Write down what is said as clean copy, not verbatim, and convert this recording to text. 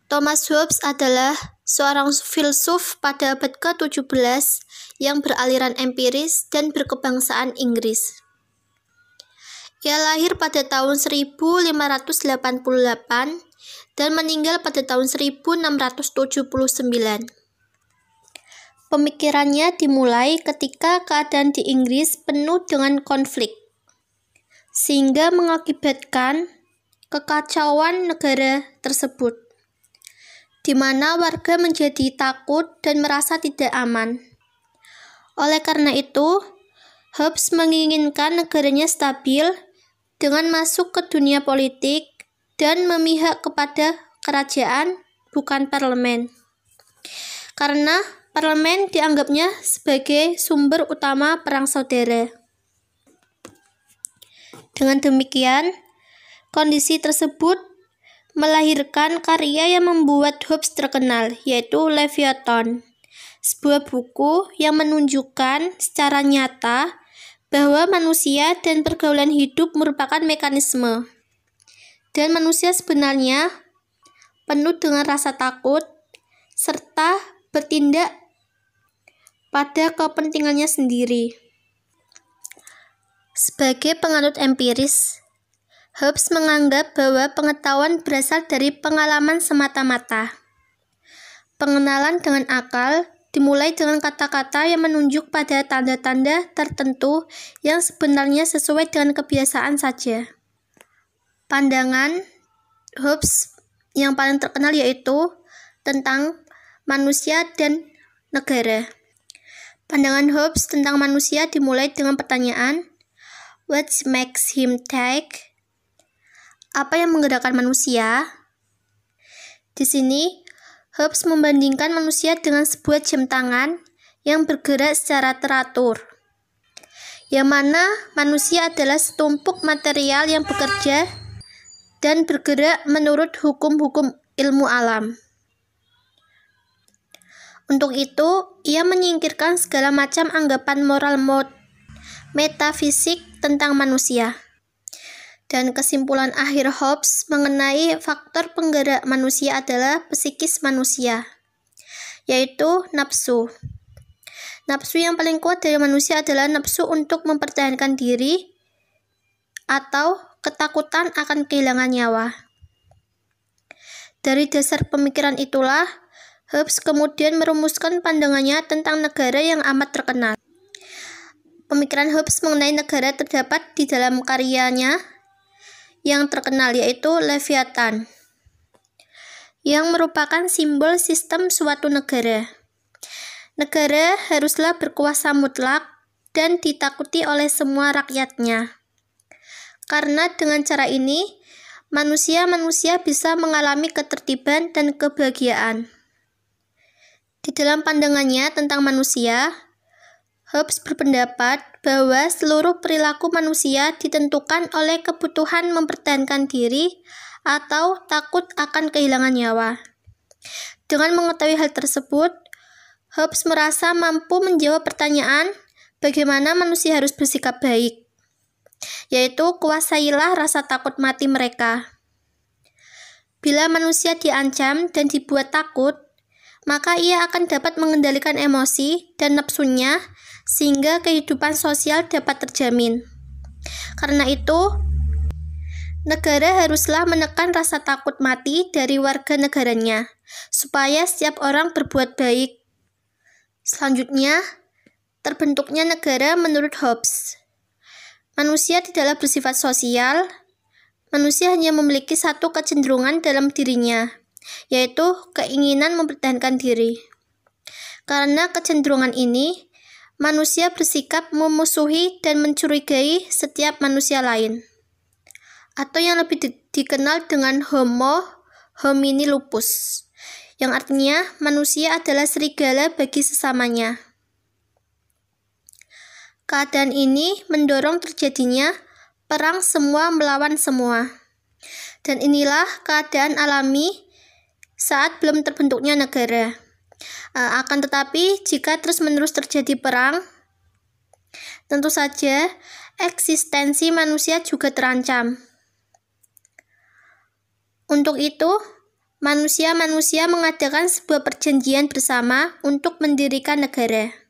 Thomas Hobbes adalah seorang filsuf pada abad ke-17 yang beraliran empiris dan berkebangsaan Inggris. Ia lahir pada tahun 1588 dan meninggal pada tahun 1679. Pemikirannya dimulai ketika keadaan di Inggris penuh dengan konflik, sehingga mengakibatkan kekacauan negara tersebut, di mana warga menjadi takut dan merasa tidak aman. Oleh karena itu, Hobbes menginginkan negaranya stabil dengan masuk ke dunia politik dan memihak kepada kerajaan, bukan parlemen. Karena parlemen dianggapnya sebagai sumber utama perang saudara. Dengan demikian, kondisi tersebut melahirkan karya yang membuat Hobbes terkenal, yaitu Leviathan, sebuah buku yang menunjukkan secara nyata bahwa manusia dan pergaulan hidup merupakan mekanisme, dan manusia sebenarnya penuh dengan rasa takut serta bertindak pada kepentingannya sendiri. Sebagai penganut empiris, Hobbes menganggap bahwa pengetahuan berasal dari pengalaman semata-mata. Pengenalan dengan akal dimulai dengan kata-kata yang menunjuk pada tanda-tanda tertentu yang sebenarnya sesuai dengan kebiasaan saja. Pandangan Hobbes yang paling terkenal yaitu tentang manusia dan negara. Pandangan Hobbes tentang manusia dimulai dengan pertanyaan, "What makes him tick?" Apa yang menggerakkan manusia? Di sini, Hobbes membandingkan manusia dengan sebuah jam tangan yang bergerak secara teratur, yang mana manusia adalah setumpuk material yang bekerja dan bergerak menurut hukum-hukum ilmu alam. Untuk itu, ia menyingkirkan segala macam anggapan moral metafisik tentang manusia. Dan kesimpulan akhir Hobbes mengenai faktor penggerak manusia adalah psikis manusia, yaitu nafsu. Nafsu yang paling kuat dari manusia adalah nafsu untuk mempertahankan diri atau ketakutan akan kehilangan nyawa. Dari dasar pemikiran itulah, Hobbes kemudian merumuskan pandangannya tentang negara yang amat terkenal. Pemikiran Hobbes mengenai negara terdapat di dalam karyanya yang terkenal, yaitu Leviathan, yang merupakan simbol sistem suatu negara. Negara haruslah berkuasa mutlak dan ditakuti oleh semua rakyatnya. Karena dengan cara ini, manusia bisa mengalami ketertiban dan kebahagiaan. Di dalam pandangannya tentang manusia, Hobbes berpendapat bahwa seluruh perilaku manusia ditentukan oleh kebutuhan mempertahankan diri atau takut akan kehilangan nyawa. Dengan mengetahui hal tersebut, Hobbes merasa mampu menjawab pertanyaan bagaimana manusia harus bersikap baik, yaitu kuasailah rasa takut mati mereka. Bila manusia diancam dan dibuat takut, maka ia akan dapat mengendalikan emosi dan nafsunya sehingga kehidupan sosial dapat terjamin. Karena itu, negara haruslah menekan rasa takut mati dari warga negaranya, supaya setiap orang berbuat baik. Selanjutnya, terbentuknya negara menurut Hobbes. Manusia tidaklah bersifat sosial, manusia hanya memiliki satu kecenderungan dalam dirinya, yaitu keinginan mempertahankan diri. Karena kecenderungan ini, manusia bersikap memusuhi dan mencurigai setiap manusia lain, atau yang lebih dikenal dengan Homo homini lupus, yang artinya manusia adalah serigala bagi sesamanya. Keadaan ini mendorong terjadinya perang semua melawan semua, dan inilah keadaan alami saat belum terbentuknya negara. Akan tetapi, jika terus-menerus terjadi perang, tentu saja eksistensi manusia juga terancam. Untuk itu, manusia-manusia mengadakan sebuah perjanjian bersama untuk mendirikan negara.